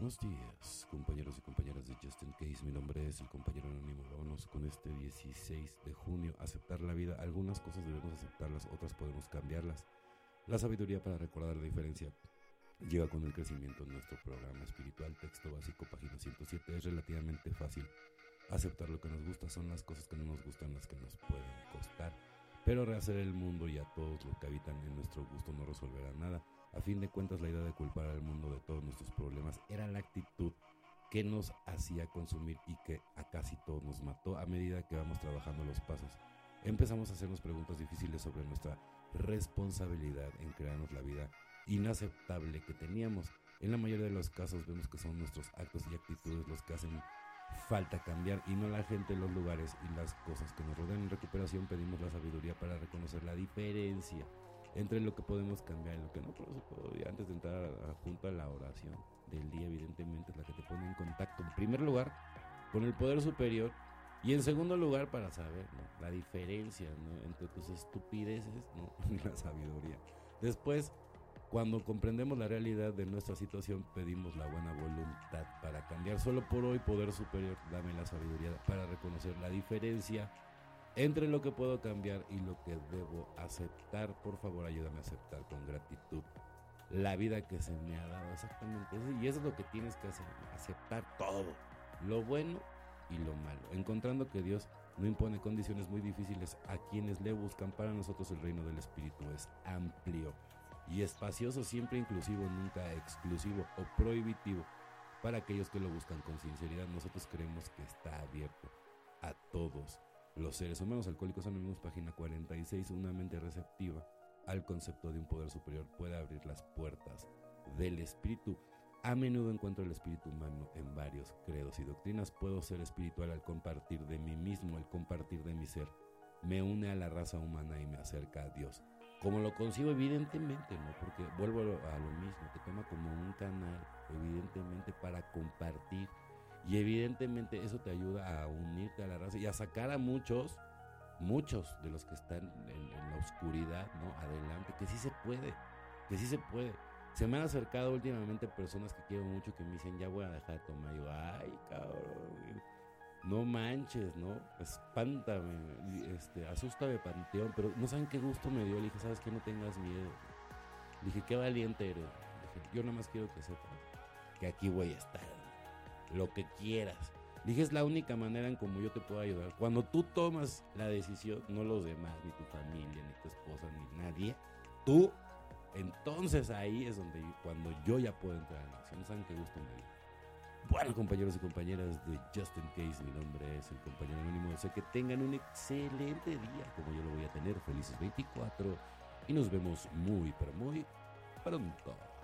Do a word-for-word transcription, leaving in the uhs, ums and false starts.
Buenos días, compañeros y compañeras de Just In Case. Mi nombre es el compañero anónimo. Vámonos con este dieciséis de junio. Aceptar la vida. Algunas cosas debemos aceptarlas, otras podemos cambiarlas. La sabiduría para recordar la diferencia llega con el crecimiento en nuestro programa espiritual. Texto básico, página ciento siete. Es relativamente fácil aceptar lo que nos gusta. Son las cosas que no nos gustan las que nos pueden costar. Pero rehacer el mundo y a todos los que habitan en nuestro gusto no resolverá nada. A fin de cuentas, la idea de culpar al mundo de todos nuestros problemas era la actitud que nos hacía consumir y que a casi todos nos mató. A medida que vamos trabajando los pasos, empezamos a hacernos preguntas difíciles sobre nuestra responsabilidad en crearnos la vida inaceptable que teníamos. En la mayoría de los casos vemos que son nuestros actos y actitudes los que hacen falta cambiar y no la gente, los lugares y las cosas que nos rodean. En recuperación pedimos la sabiduría para reconocer la diferencia entre lo que podemos cambiar y lo que no. Por eso podría, antes de entrar a, a, junto a la oración del día, evidentemente es la que te pone en contacto en primer lugar con el poder superior y en segundo lugar para saber, ¿no?, la diferencia, ¿no?, entre tus estupideces, ¿no?, y la sabiduría. Después, cuando comprendemos la realidad de nuestra situación, pedimos la buena voluntad para cambiar. Solo por hoy, poder superior, dame la sabiduría para reconocer la diferencia entre lo que puedo cambiar y lo que debo aceptar. Por favor, ayúdame a aceptar con gratitud la vida que se me ha dado. Exactamente. Y eso es lo que tienes que hacer, aceptar todo, lo bueno y lo malo, encontrando que Dios no impone condiciones muy difíciles a quienes le buscan. Para nosotros el reino del Espíritu es amplio y espacioso, siempre inclusivo, nunca exclusivo o prohibitivo. Para aquellos que lo buscan con sinceridad, nosotros creemos que está abierto a todos los seres humanos. Alcohólicos Anónimos, página cuarenta y seis. Una mente receptiva al concepto de un poder superior puede abrir las puertas del espíritu. A menudo encuentro el espíritu humano en varios credos y doctrinas. Puedo ser espiritual al compartir de mí mismo. El compartir de mi ser me une a la raza humana y me acerca a Dios. Como lo consigo, evidentemente, ¿no? Porque vuelvo a lo mismo, te toma como un canal, evidentemente, para compartir. Y evidentemente eso te ayuda a unirte a la raza y a sacar a muchos, muchos de los que están en, en la oscuridad, ¿no?, adelante, que sí se puede, que sí se puede. Se me han acercado últimamente personas que quiero mucho que me dicen, ya voy a dejar de tomar. Yo, ay, cabrón, no manches, ¿no? Espántame, este, asústame, panteón, pero no saben qué gusto me dio. Le dije, ¿sabes qué? No tengas miedo. Le dije, qué valiente eres. Le dije, yo nada más quiero que sepas que aquí voy a estar, lo que quieras. Dije, es la única manera en como yo te puedo ayudar. Cuando tú tomas la decisión, no los demás, ni tu familia, ni tu esposa, ni nadie, tú, entonces ahí es donde yo, cuando yo ya puedo entrar en acción. ¿Saben qué gusto me dio? Bueno, compañeros y compañeras de Just In Case, mi nombre es el compañero anónimo. Sé que tengan un excelente día, como yo lo voy a tener. Felices veinticuatro y nos vemos muy, pero muy pronto.